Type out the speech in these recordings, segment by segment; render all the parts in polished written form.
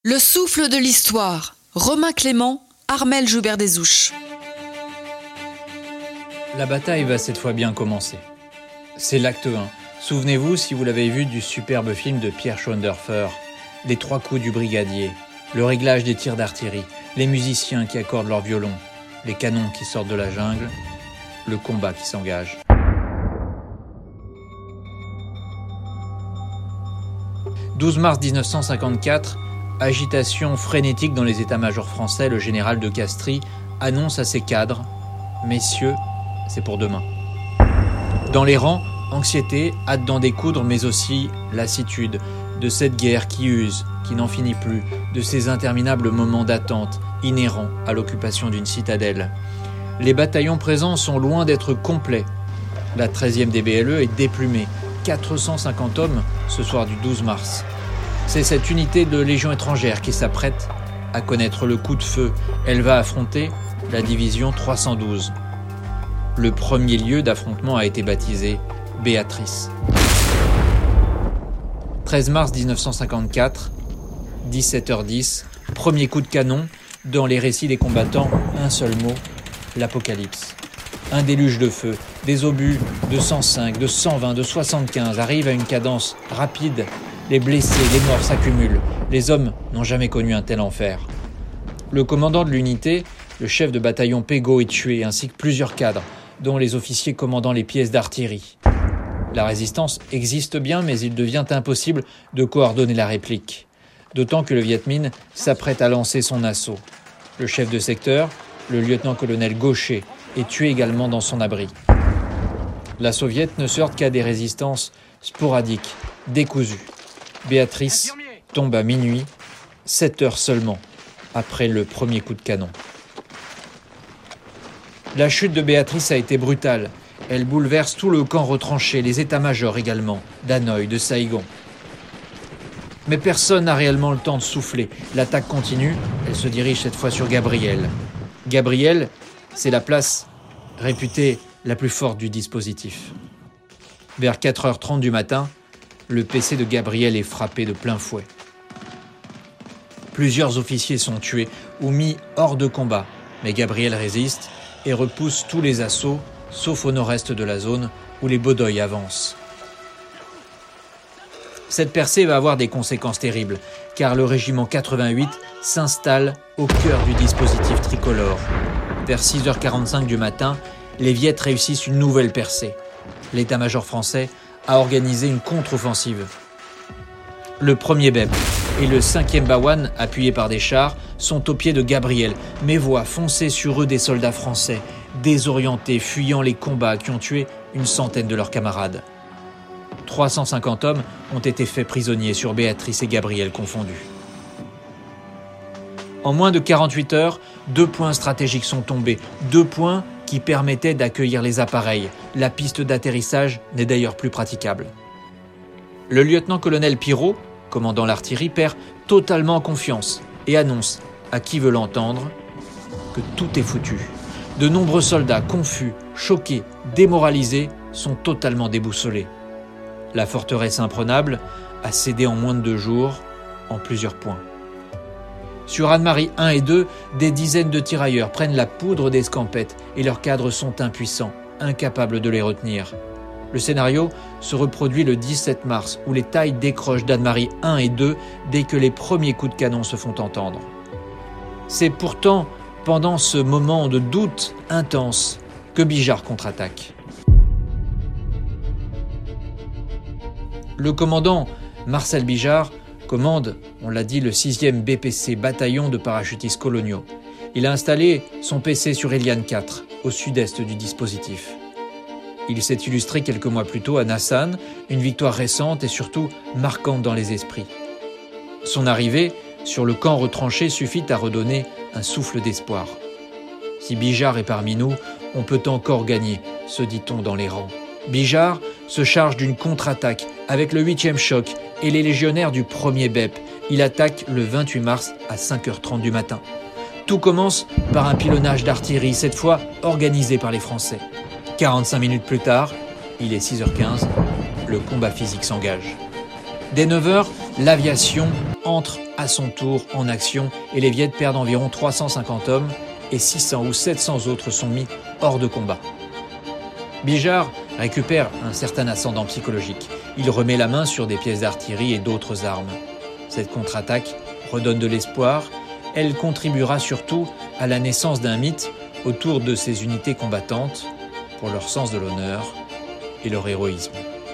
Le souffle de l'histoire. Romain Clément, Armel Joubert-Desouches. La bataille va cette fois bien commencer. C'est l'acte 1. Souvenez-vous, si vous l'avez vu, du superbe film de Pierre Schoendoerfer, Les 3 coups du brigadier, le réglage des tirs d'artillerie, les musiciens qui accordent leur violon, les canons qui sortent de la jungle, le combat qui s'engage. « 12 mars 1954, agitation frénétique dans les états-majors français, le général de Castries annonce à ses cadres « Messieurs, c'est pour demain ». Dans les rangs, anxiété, hâte d'en découdre, mais aussi lassitude de cette guerre qui use, qui n'en finit plus, de ces interminables moments d'attente inhérents à l'occupation d'une citadelle. Les bataillons présents sont loin d'être complets. La 13e DBLE est déplumée, 450 hommes ce soir du 12 mars. C'est cette unité de Légion étrangère qui s'apprête à connaître le coup de feu. Elle va affronter la division 312. Le premier lieu d'affrontement a été baptisé Béatrice. 13 mars 1954, 17h10, premier coup de canon. Dans les récits des combattants, un seul mot, l'apocalypse. Un déluge de feu, des obus de 105, de 120, de 75 arrivent à une cadence rapide. Les blessés, les morts s'accumulent. Les hommes n'ont jamais connu un tel enfer. Le commandant de l'unité, le chef de bataillon Pégot, est tué, ainsi que plusieurs cadres, dont les officiers commandant les pièces d'artillerie. La résistance existe bien, mais il devient impossible de coordonner la réplique. D'autant que le Viet Minh s'apprête à lancer son assaut. Le chef de secteur, le lieutenant-colonel Gaucher, est tué également dans son abri. La soviète ne se heurte qu'à des résistances sporadiques, décousues. Béatrice tombe à minuit, 7 heures seulement, après le premier coup de canon. La chute de Béatrice a été brutale. Elle bouleverse tout le camp retranché, les états-majors également, d'Hanoï, de Saïgon. Mais personne n'a réellement le temps de souffler. L'attaque continue, elle se dirige cette fois sur Gabriel. Gabriel, c'est la place réputée la plus forte du dispositif. Vers 4h30 du matin, le PC de Gabriel est frappé de plein fouet. Plusieurs officiers sont tués ou mis hors de combat, mais Gabriel résiste et repousse tous les assauts, sauf au nord-est de la zone où les Bodoïs avancent. Cette percée va avoir des conséquences terribles, car le régiment 88 s'installe au cœur du dispositif tricolore. Vers 6h45 du matin, les Viettes réussissent une nouvelle percée. L'état-major français a organisé une contre-offensive. Le 1er BEP et le 5e Bawan, appuyés par des chars, sont au pied de Gabriel, mais voient foncer sur eux des soldats français, désorientés, fuyant les combats qui ont tué une centaine de leurs camarades. 350 hommes ont été faits prisonniers sur Béatrice et Gabriel confondus. En moins de 48 heures, 2 points stratégiques sont tombés, 2 points qui permettaient d'accueillir les appareils. La piste d'atterrissage n'est d'ailleurs plus praticable. Le lieutenant-colonel Pirot, commandant l'artillerie, perd totalement confiance et annonce, à qui veut l'entendre, que tout est foutu. De nombreux soldats confus, choqués, démoralisés, sont totalement déboussolés. La forteresse imprenable a cédé en moins de 2 jours, en plusieurs points. Sur Anne-Marie 1 et 2, des dizaines de tirailleurs prennent la poudre d'escampette et leurs cadres sont impuissants, incapables de les retenir. Le scénario se reproduit le 17 mars, où les tailles décrochent d'Anne-Marie 1 et 2 dès que les premiers coups de canon se font entendre. C'est pourtant pendant ce moment de doute intense que Bijard contre-attaque. Le commandant Marcel Bijard commande, on l'a dit, le 6e BPC, bataillon de parachutistes coloniaux. Il a installé son PC sur Eliane 4, au sud-est du dispositif. Il s'est illustré quelques mois plus tôt à Nassan, une victoire récente et surtout marquante dans les esprits. Son arrivée sur le camp retranché suffit à redonner un souffle d'espoir. Si Bijard est parmi nous, on peut encore gagner, se dit-on dans les rangs. Bijard se charge d'une contre-attaque avec le 8e choc et les légionnaires du 1er BEP. Il attaque le 28 mars à 5h30 du matin. Tout commence par un pilonnage d'artillerie, cette fois organisé par les Français. 45 minutes plus tard, il est 6h15, le combat physique s'engage. Dès 9 h, l'aviation entre à son tour en action et les Viettes perdent environ 350 hommes et 600 ou 700 autres sont mis hors de combat. Bijard récupère un certain ascendant psychologique. Il remet la main sur des pièces d'artillerie et d'autres armes. Cette contre-attaque redonne de l'espoir. Elle contribuera surtout à la naissance d'un mythe autour de ces unités combattantes pour leur sens de l'honneur et leur héroïsme.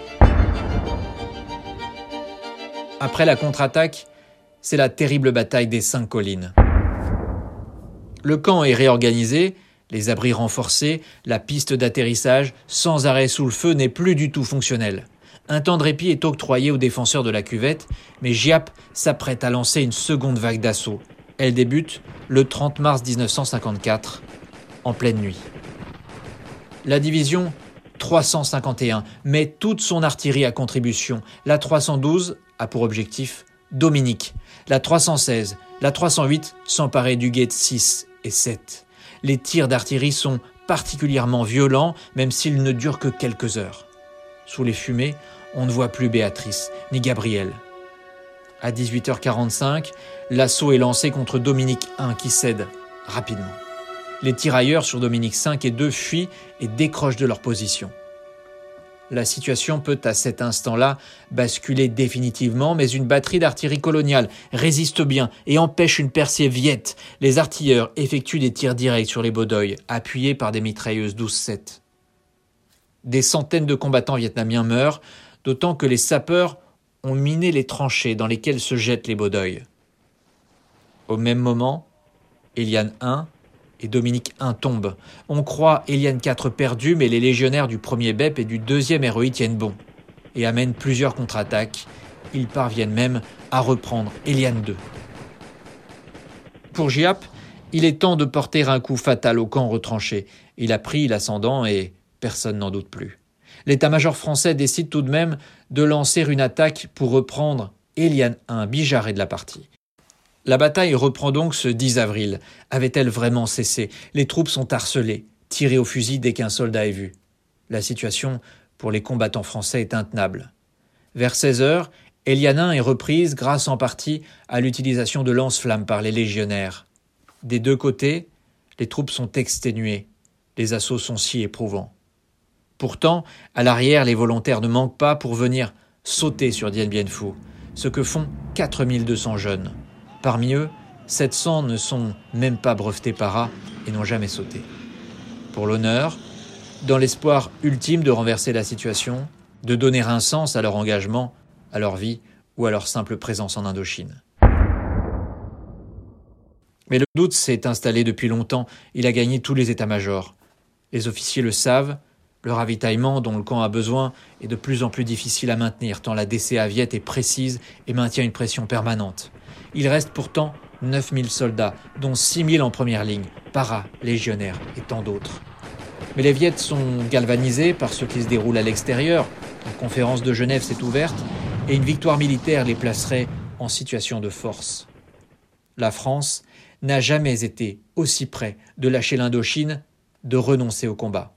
Après la contre-attaque, c'est la terrible bataille des 5 collines. Le camp est réorganisé, les abris renforcés, la piste d'atterrissage, sans arrêt sous le feu, n'est plus du tout fonctionnelle. Un temps de répit est octroyé aux défenseurs de la cuvette, mais Giap s'apprête à lancer une seconde vague d'assaut. Elle débute le 30 mars 1954, en pleine nuit. La division 351 met toute son artillerie à contribution. La 312 a pour objectif Dominique. La 316, la 308 s'emparer du guet 6 et 7. Les tirs d'artillerie sont particulièrement violents, même s'ils ne durent que quelques heures. Sous les fumées, on ne voit plus Béatrice ni Gabriel. À 18h45, l'assaut est lancé contre Dominique I qui cède rapidement. Les tirailleurs sur Dominique V et II fuient et décrochent de leur position. La situation peut à cet instant-là basculer définitivement, mais une batterie d'artillerie coloniale résiste bien et empêche une percée viette. Les artilleurs effectuent des tirs directs sur les Baudeuils, appuyés par des mitrailleuses 12-7. Des centaines de combattants vietnamiens meurent, d'autant que les sapeurs ont miné les tranchées dans lesquelles se jettent les Baudeuils. Au même moment, Éliane I et Dominique I tombent. On croit Éliane IV perdue, mais les légionnaires du 1er BEP et du 2e REI tiennent bon et amènent plusieurs contre-attaques. Ils parviennent même à reprendre Éliane II. Pour Giap, il est temps de porter un coup fatal au camp retranché. Il a pris l'ascendant et personne n'en doute plus. L'état-major français décide tout de même de lancer une attaque pour reprendre Éliane I. Bijard est de la partie. La bataille reprend donc ce 10 avril. Avait-elle vraiment cessé ? Les troupes sont harcelées, tirées au fusil dès qu'un soldat est vu. La situation pour les combattants français est intenable. Vers 16 h, Éliane I est reprise grâce en partie à l'utilisation de lance-flammes par les légionnaires. Des deux côtés, les troupes sont exténuées. Les assauts sont si éprouvants. Pourtant, à l'arrière, les volontaires ne manquent pas pour venir sauter sur Dien Bien Phu, ce que font 4200 jeunes. Parmi eux, 700 ne sont même pas brevetés para et n'ont jamais sauté. Pour l'honneur, dans l'espoir ultime de renverser la situation, de donner un sens à leur engagement, à leur vie ou à leur simple présence en Indochine. Mais le doute s'est installé depuis longtemps, il a gagné tous les états-majors. Les officiers le savent, le ravitaillement dont le camp a besoin est de plus en plus difficile à maintenir tant la DCA viette est précise et maintient une pression permanente. Il reste pourtant 9000 soldats, dont 6000 en première ligne, paras, légionnaires et tant d'autres. Mais les Viettes sont galvanisés par ce qui se déroule à l'extérieur. La conférence de Genève s'est ouverte et une victoire militaire les placerait en situation de force. La France n'a jamais été aussi près de lâcher l'Indochine, de renoncer au combat.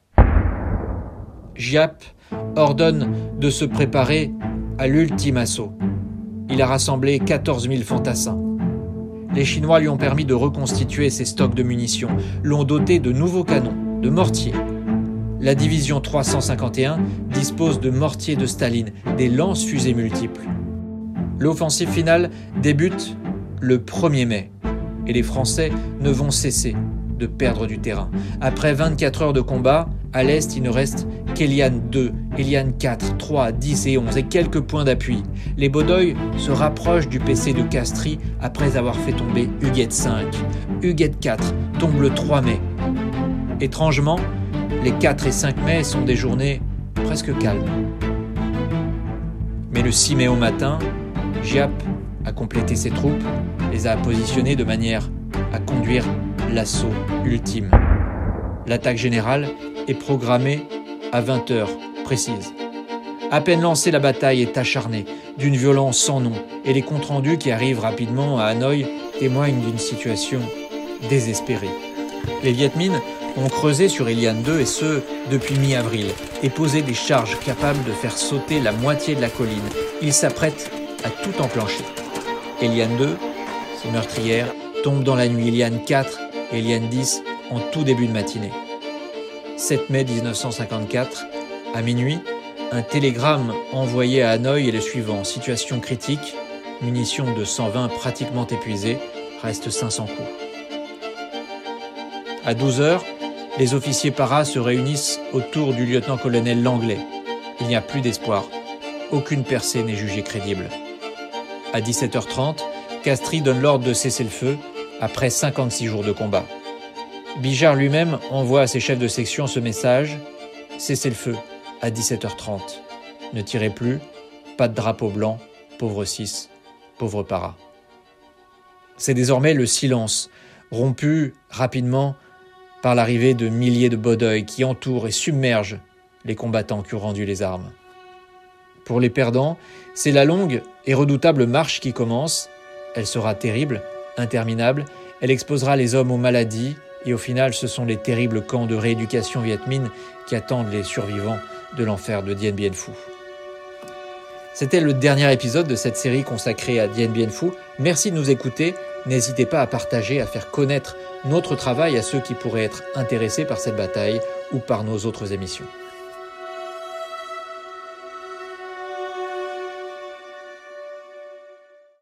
Giap ordonne de se préparer à l'ultime assaut. Il a rassemblé 14 000 fantassins. Les Chinois lui ont permis de reconstituer ses stocks de munitions, l'ont doté de nouveaux canons, de mortiers. La division 351 dispose de mortiers de Staline, des lance-fusées multiples. L'offensive finale débute le 1er mai et les Français ne vont cesser de perdre du terrain. Après 24 heures de combat, à l'est, il ne reste qu'Éliane II, Éliane IV, 3, 10 et 11 et quelques points d'appui. Les Baudeuils se rapprochent du PC de Castries après avoir fait tomber Huguette V. Huguette IV tombe le 3 mai. Étrangement, les 4 et 5 mai sont des journées presque calmes. Mais le 6 mai au matin, Giap a complété ses troupes, les a positionnées de manière à conduire l'assaut ultime. L'attaque générale est programmée à 20 h précises. À peine lancée, la bataille est acharnée, d'une violence sans nom, et les comptes rendus qui arrivent rapidement à Hanoï témoignent d'une situation désespérée. Les Viet Minh ont creusé sur Éliane II et ce, depuis mi-avril, et posé des charges capables de faire sauter la moitié de la colline. Ils s'apprêtent a tout enclenché. Eliane 2, ces meurtrières, tombe dans la nuit. Eliane 4 et Eliane 10 en tout début de matinée. 7 mai 1954, à minuit, un télégramme envoyé à Hanoï est le suivant. Situation critique, munitions de 120 pratiquement épuisées, reste 500 coups. À 12h, les officiers paras se réunissent autour du lieutenant-colonel Langlais. Il n'y a plus d'espoir. Aucune percée n'est jugée crédible. À 17h30, Castries donne l'ordre de cesser le feu après 56 jours de combat. Bijard lui-même envoie à ses chefs de section ce message « Cessez le feu à 17h30. Ne tirez plus, pas de drapeau blanc, pauvre 6, pauvre para. » C'est désormais le silence, rompu rapidement par l'arrivée de milliers de bodeuils qui entourent et submergent les combattants qui ont rendu les armes. Pour les perdants, c'est la longue et redoutable marche qui commence. Elle sera terrible, interminable, elle exposera les hommes aux maladies et au final ce sont les terribles camps de rééducation Viet Minh qui attendent les survivants de l'enfer de Dien Bien Phu. C'était le dernier épisode de cette série consacrée à Dien Bien Phu. Merci de nous écouter. N'hésitez pas à partager, à faire connaître notre travail à ceux qui pourraient être intéressés par cette bataille ou par nos autres émissions.